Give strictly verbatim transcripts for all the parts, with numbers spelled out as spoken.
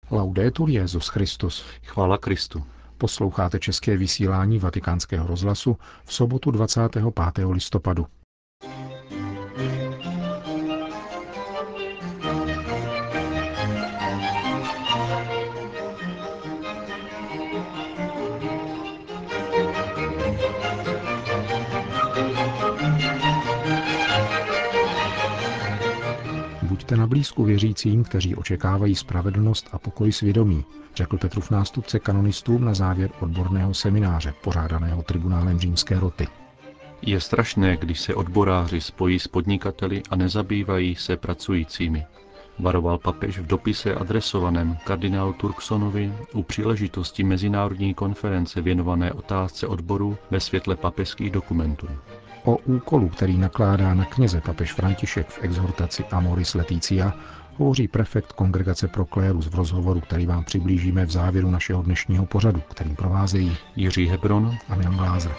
Laudetur Jesus Christus. Chvála Kristu. Posloucháte české vysílání Vatikánského rozhlasu v sobotu dvacátého pátého listopadu. Buďte na blízku věřícím, kteří očekávají spravedlnost a pokoj svědomí, řekl Petrův nástupce kanonistům na závěr odborného semináře, pořádaného tribunálem Římské roty. Je strašné, když se odboráři spojí s podnikateli a nezabývají se pracujícími, varoval papež v dopise adresovaném kardinálu Turksonovi u příležitosti mezinárodní konference věnované otázce odboru ve světle papežských dokumentů. O úkolu, který nakládá na kněze papež František v exhortaci Amoris Laetitia, hovoří prefekt Kongregace pro klérus v rozhovoru, který vám přiblížíme v závěru našeho dnešního pořadu, kterým provázejí Jiří Hebron a Milan Glázer.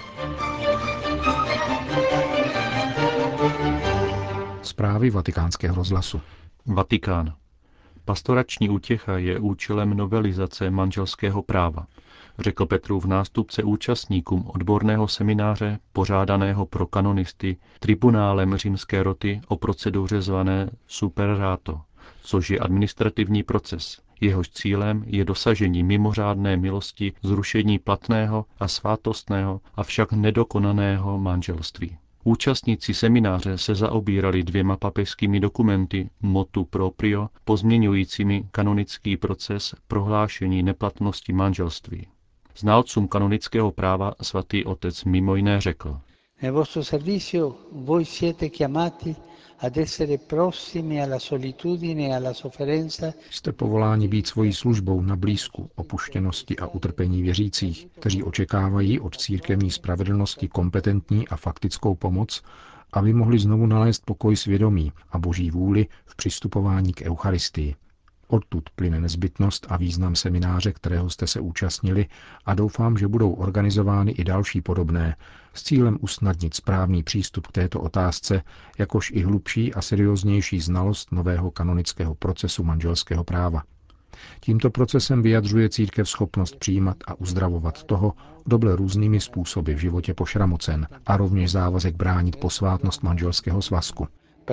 Zprávy Vatikánského rozhlasu. Vatikán. Pastorační útěcha je účelem novelizace manželského práva, řekl Petrův nástupce účastníkům odborného semináře pořádaného pro kanonisty tribunálem Římské roty o proceduře zvané Superrato, což je administrativní proces. Jehož cílem je dosažení mimořádné milosti, zrušení platného a svátostného, avšak nedokonaného manželství. Účastníci semináře se zaobírali dvěma papežskými dokumenty motu proprio, pozměňujícími kanonický proces prohlášení neplatnosti manželství. Znalcům kanonického práva svatý otec mimo jiné řekl: Nel vostro servizio voi siete chiamati ad essere prossimi alla solitudine e alla sofferenza. Jste povoláni být svojí službou na blízku opuštěnosti a utrpení věřících, kteří očekávají od církevní spravedlnosti kompetentní a faktickou pomoc, aby mohli znovu nalézt pokoj svědomí a boží vůli v přistupování k Eucharistii. Odtud plyne nezbytnost a význam semináře, kterého jste se účastnili, a doufám, že budou organizovány i další podobné, s cílem usnadnit správný přístup k této otázce, jakož i hlubší a serióznější znalost nového kanonického procesu manželského práva. Tímto procesem vyjadřuje církev schopnost přijímat a uzdravovat toho, kdo byl různými způsoby v životě pošramocen, a rovněž závazek bránit posvátnost manželského svazku.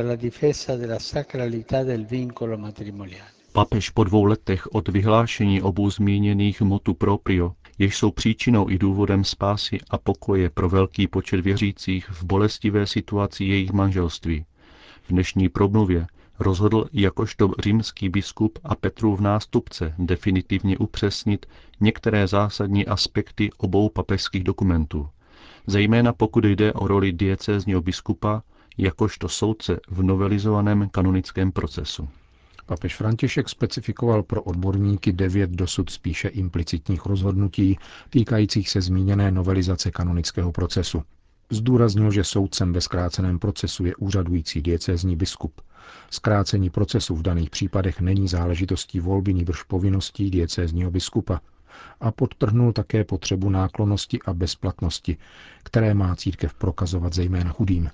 Papež po dvou letech od vyhlášení obou zmíněných motu proprio, jež jsou příčinou i důvodem spásy a pokoje pro velký počet věřících v bolestivé situaci jejich manželství, v dnešní promluvě rozhodl jakožto římský biskup a Petrův nástupce definitivně upřesnit některé zásadní aspekty obou papežských dokumentů, zejména pokud jde o roli diecézního biskupa jakožto soudce v novelizovaném kanonickém procesu. Papež František specifikoval pro odborníky devět dosud spíše implicitních rozhodnutí týkajících se zmíněné novelizace kanonického procesu. Zdůraznil, že soudcem ve zkráceném procesu je úřadující diecézní biskup. Zkrácení procesu v daných případech není záležitostí volby nýbrž povinností diecézního biskupa. A podtrhnul také potřebu náklonnosti a bezplatnosti, které má církev prokazovat zejména chudým.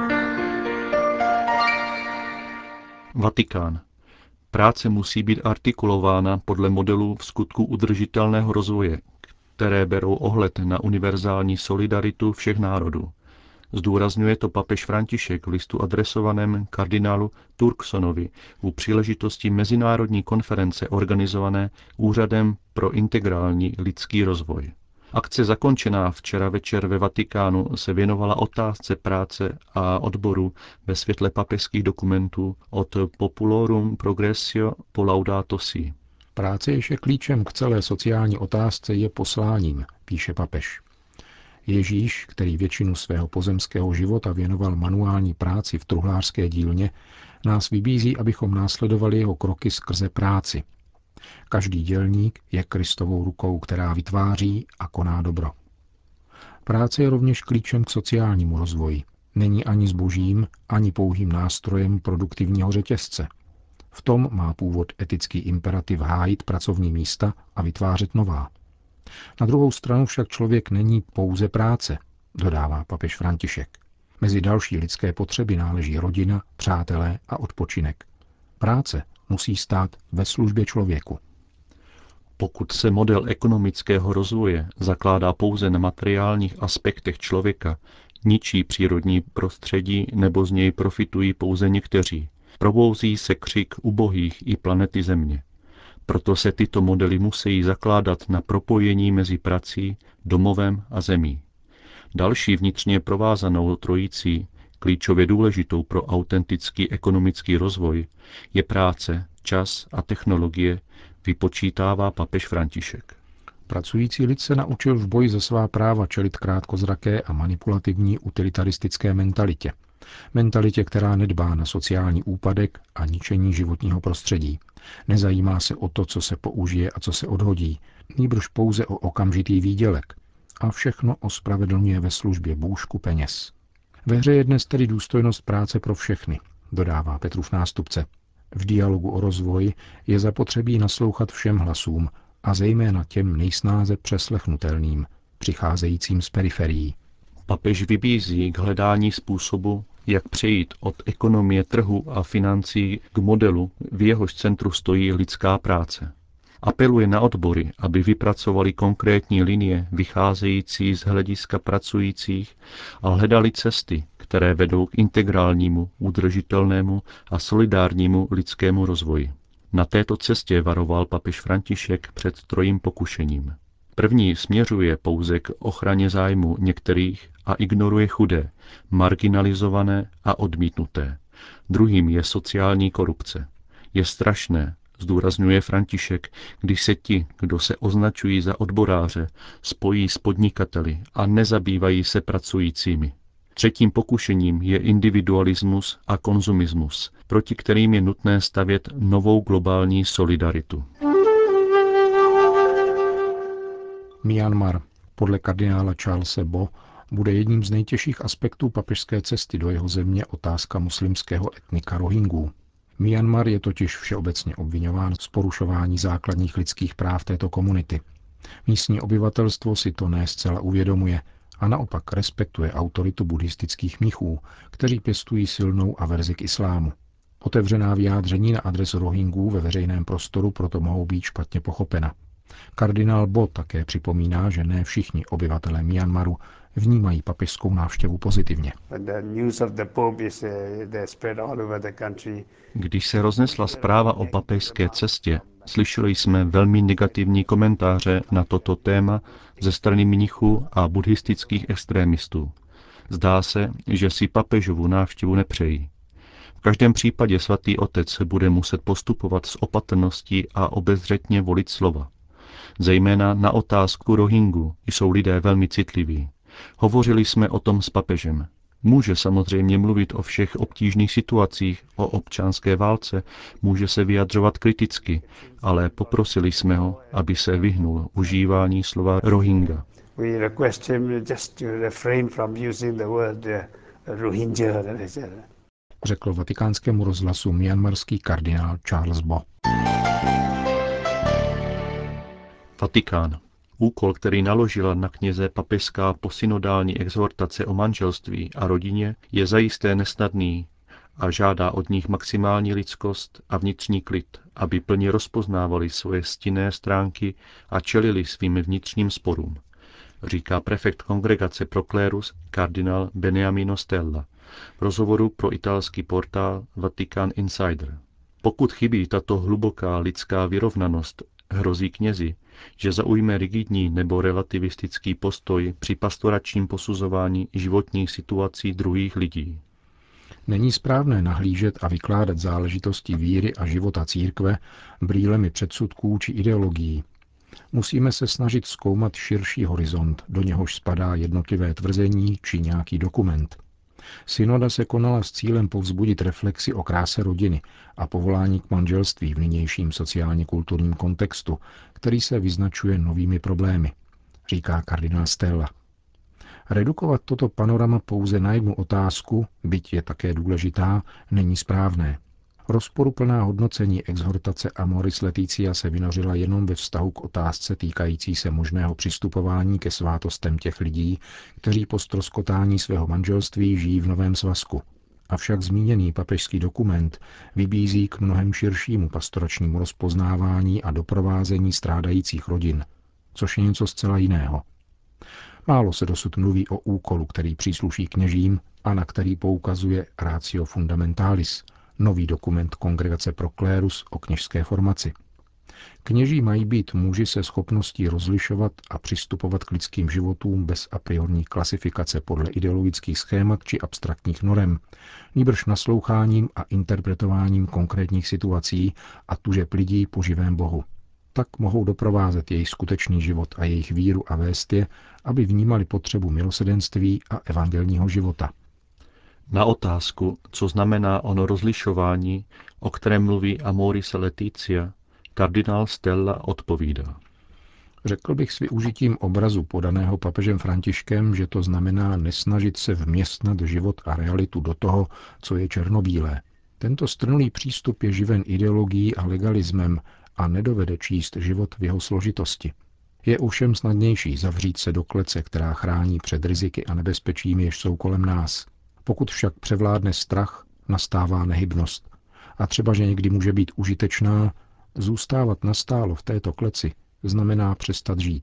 Vatikán. Práce musí být artikulována podle modelů vskutku udržitelného rozvoje, které berou ohled na univerzální solidaritu všech národů. Zdůrazňuje to papež František v listu adresovaném kardinálu Turksonovi u příležitosti mezinárodní konference organizované Úřadem pro integrální lidský rozvoj. Akce zakončená včera večer ve Vatikánu se věnovala otázce práce a odboru ve světle papežských dokumentů od Populorum Progressio po Laudato Si. Práce, jež je klíčem k celé sociální otázce, je posláním, píše papež. Ježíš, který většinu svého pozemského života věnoval manuální práci v truhlářské dílně, nás vybízí, abychom následovali jeho kroky skrze práci. Každý dělník je Kristovou rukou, která vytváří a koná dobro. Práce je rovněž klíčem k sociálnímu rozvoji. Není ani zbožím, ani pouhým nástrojem produktivního řetězce. V tom má původ etický imperativ hájit pracovní místa a vytvářet nová. Na druhou stranu však člověk není pouze práce, dodává papež František. Mezi další lidské potřeby náleží rodina, přátelé a odpočinek. Práce musí stát ve službě člověku. Pokud se model ekonomického rozvoje zakládá pouze na materiálních aspektech člověka, ničí přírodní prostředí nebo z něj profitují pouze někteří, probouzí se křik ubohých i planety Země. Proto se tyto modely musí zakládat na propojení mezi prací, domovem a zemí. Další vnitřně provázanou trojicí, klíčově důležitou pro autentický ekonomický rozvoj, je práce, čas a technologie, vypočítává papež František. Pracující lid se naučil v boji za svá práva čelit krátkozraké a manipulativní utilitaristické mentalitě. Mentalitě, která nedbá na sociální úpadek a ničení životního prostředí. Nezajímá se o to, co se použije a co se odhodí, nýbrž pouze o okamžitý výdělek. A všechno ospravedlňuje ve službě bůžku peněz. Ve hře je dnes tedy důstojnost práce pro všechny, dodává Petrův nástupce. V dialogu o rozvoji je zapotřebí naslouchat všem hlasům a zejména těm nejsnáze přeslechnutelným, přicházejícím z periferií. Papež vybízí k hledání způsobu, jak přejít od ekonomie trhu a financí k modelu, v jehož centru stojí lidská práce. Apeluje na odbory, aby vypracovali konkrétní linie vycházející z hlediska pracujících a hledali cesty, které vedou k integrálnímu, udržitelnému a solidárnímu lidskému rozvoji. Na této cestě varoval papež František před trojím pokušením. První směřuje pouze k ochraně zájmu některých a ignoruje chudé, marginalizované a odmítnuté. Druhým je sociální korupce. Je strašné, zdůrazňuje František, když se ti, kdo se označují za odboráře, spojí s podnikateli a nezabývají se pracujícími. Třetím pokušením je individualismus a konzumismus, proti kterým je nutné stavět novou globální solidaritu. Myanmar, podle kardinála Charlese Bo, bude jedním z nejtěžších aspektů papežské cesty do jeho země otázka muslimského etnika Rohingů. Myanmar je totiž všeobecně obviňován z porušování základních lidských práv této komunity. Místní obyvatelstvo si to ne zcela uvědomuje a naopak respektuje autoritu buddhistických mnichů, kteří pěstují silnou averzi k islámu. Otevřená vyjádření na adresu Rohingů ve veřejném prostoru proto mohou být špatně pochopena. Kardinál Bo také připomíná, že ne všichni obyvatelé Myanmaru vnímají papežskou návštěvu pozitivně. Když se roznesla zpráva o papežské cestě, slyšeli jsme velmi negativní komentáře na toto téma ze strany mnichů a buddhistických extrémistů. Zdá se, že si papežovu návštěvu nepřejí. V každém případě svatý otec bude muset postupovat s opatrností a obezřetně volit slova. Zejména na otázku Rohingů jsou lidé velmi citliví. Hovořili jsme o tom s papežem. Může samozřejmě mluvit o všech obtížných situacích, o občanské válce, může se vyjadřovat kriticky, ale poprosili jsme ho, aby se vyhnul užívání slova Rohingya. Řekl vatikánskému rozhlasu myanmarský kardinál Charles Bo. Vatikán. Úkol, který naložila na kněze papežská posynodální exhortace o manželství a rodině, je zajisté nesnadný a žádá od nich maximální lidskost a vnitřní klid, aby plně rozpoznávali svoje stinné stránky a čelili svým vnitřním sporům, říká prefekt kongregace pro klérus kardinál Beniamino Stella v rozhovoru pro italský portál Vatican Insider. Pokud chybí tato hluboká lidská vyrovnanost, hrozí knězi, že zaujme rigidní nebo relativistický postoj při pastoračním posuzování životních situací druhých lidí. Není správné nahlížet a vykládat záležitosti víry a života církve brýlemi předsudků či ideologií. Musíme se snažit zkoumat širší horizont, do něhož spadá jednotlivé tvrzení či nějaký dokument. Synoda se konala s cílem povzbudit reflexi o kráse rodiny a povolání k manželství v nynějším sociálně-kulturním kontextu, který se vyznačuje novými problémy, říká kardinál Stella. Redukovat toto panorama pouze na jednu otázku, byť je také důležitá, není správné. Rozporuplná hodnocení exhortace Amoris Laetitia se vynořila jenom ve vztahu k otázce týkající se možného přistupování ke svátostem těch lidí, kteří po ztroskotání svého manželství žijí v novém svazku. Avšak zmíněný papežský dokument vybízí k mnohem širšímu pastoračnímu rozpoznávání a doprovázení strádajících rodin, což je něco zcela jiného. Málo se dosud mluví o úkolu, který přísluší kněžím a na který poukazuje Ratio Fundamentalis, nový dokument Kongregace pro klérus o kněžské formaci. Kněží mají být muži se schopností rozlišovat a přistupovat k lidským životům bez a priorní klasifikace podle ideologických schémat či abstraktních norem, nýbrž nasloucháním a interpretováním konkrétních situací a tužeb lidí po živém Bohu. Tak mohou doprovázet jejich skutečný život a jejich víru a vést je, aby vnímali potřebu milosrdenství a evangelního života. Na otázku, co znamená ono rozlišování, o kterém mluví Amoris Laetitia, kardinál Stella odpovídá. Řekl bych s využitím obrazu podaného papežem Františkem, že to znamená nesnažit se vměstnat život a realitu do toho, co je černobílé. Tento strnulý přístup je živen ideologií a legalismem a nedovede číst život v jeho složitosti. Je ovšem snadnější zavřít se do klece, která chrání před riziky a nebezpečími, jež jsou kolem nás. Pokud však převládne strach, nastává nehybnost. A třeba, že někdy může být užitečná, zůstávat nastálo v této kleci znamená přestat žít.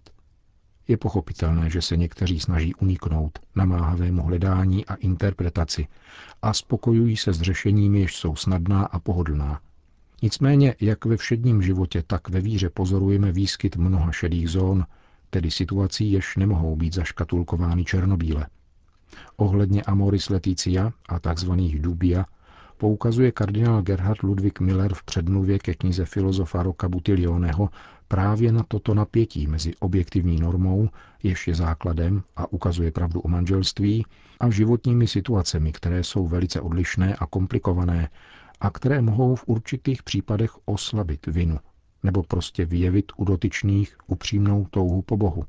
Je pochopitelné, že se někteří snaží uniknout namáhavému hledání a interpretaci a spokojují se s řešeními, jež jsou snadná a pohodlná. Nicméně, jak ve všedním životě, tak ve víře pozorujeme výskyt mnoha šedých zón, tedy situací, jež nemohou být zaškatulkovány černobíle. Ohledně Amoris Laetitia a tzv. Dubia poukazuje kardinál Gerhard Ludwig Miller v předmluvě ke knize filozofa Rocca Buttiglioneho právě na toto napětí mezi objektivní normou, jež je základem a ukazuje pravdu o manželství, a životními situacemi, které jsou velice odlišné a komplikované a které mohou v určitých případech oslabit vinu nebo prostě vyjevit u dotyčných upřímnou touhu po Bohu.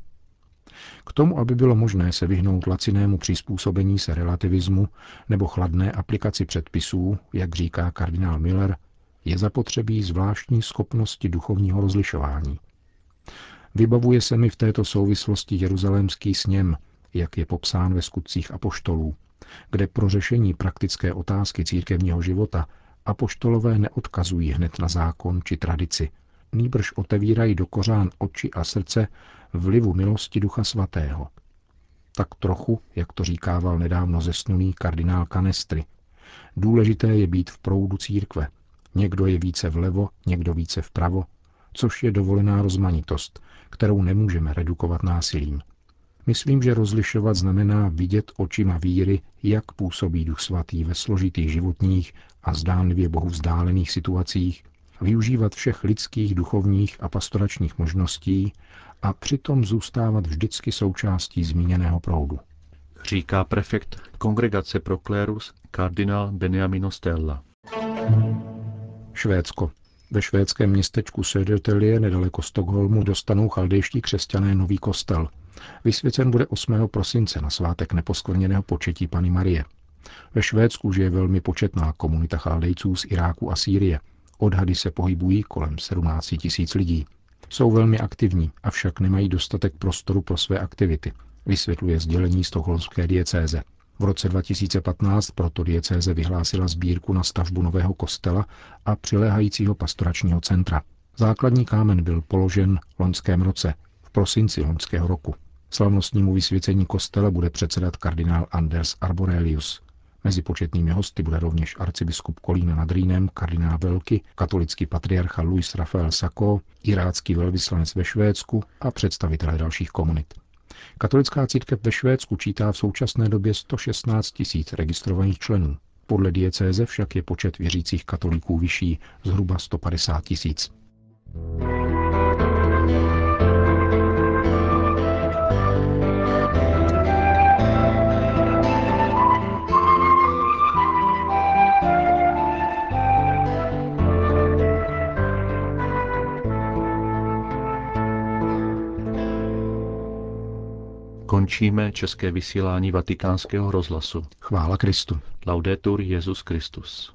K tomu, aby bylo možné se vyhnout lacinému přizpůsobení se relativismu nebo chladné aplikaci předpisů, jak říká kardinál Miller, je zapotřebí zvláštní schopnosti duchovního rozlišování. Vybavuje se mi v této souvislosti jeruzalémský sněm, jak je popsán ve Skutcích apoštolů, kde pro řešení praktické otázky církevního života apoštolové neodkazují hned na zákon či tradici, nýbrž otevírají do kořán oči a srdce vlivu milosti Ducha Svatého. Tak trochu, jak to říkával nedávno zesnulý kardinál Canestri, důležité je být v proudu církve. Někdo je více vlevo, někdo více vpravo, což je dovolená rozmanitost, kterou nemůžeme redukovat násilím. Myslím, že rozlišovat znamená vidět očima víry, jak působí Duch Svatý ve složitých životních a zdánlivě Bohu vzdálených situacích, využívat všech lidských, duchovních a pastoračních možností a přitom zůstávat vždycky součástí zmíněného proudu. Říká prefekt Kongregace pro klérus kardinál Beniamino Stella. Švédsko. Ve švédském městečku Södertälje nedaleko Stockholmu dostanou chaldejští křesťané nový kostel. Vysvěcen bude osmého prosince na svátek neposkvrněného početí Panny Marie. Ve Švédsku žije velmi početná komunita chaldejců z Iráku a Sýrie. Odhady se pohybují kolem sedmnáct tisíc lidí. Jsou velmi aktivní, avšak nemají dostatek prostoru pro své aktivity, vysvětluje sdělení stockholmské diecéze. V roce dva tisíce patnáct proto diecéze vyhlásila sbírku na stavbu nového kostela a přiléhajícího pastoračního centra. Základní kámen byl položen v loňském roce, v prosinci loňského roku. Slavnostnímu vysvěcení kostela bude předsedat kardinál Anders Arborelius. Mezi početnými hosty bude rovněž arcibiskup Kolína nad Rýnem, kardinál Velky, katolický patriarcha Luis Rafael Sacco, irácký velvyslanec ve Švédsku a představitelé dalších komunit. Katolická církev ve Švédsku čítá v současné době sto šestnáct tisíc registrovaných členů. Podle diecéze však je počet věřících katolíků vyšší, zhruba sto padesát tisíc. Končíme české vysílání Vatikánského rozhlasu. Chvála Kristu. Laudetur Jesus Christus.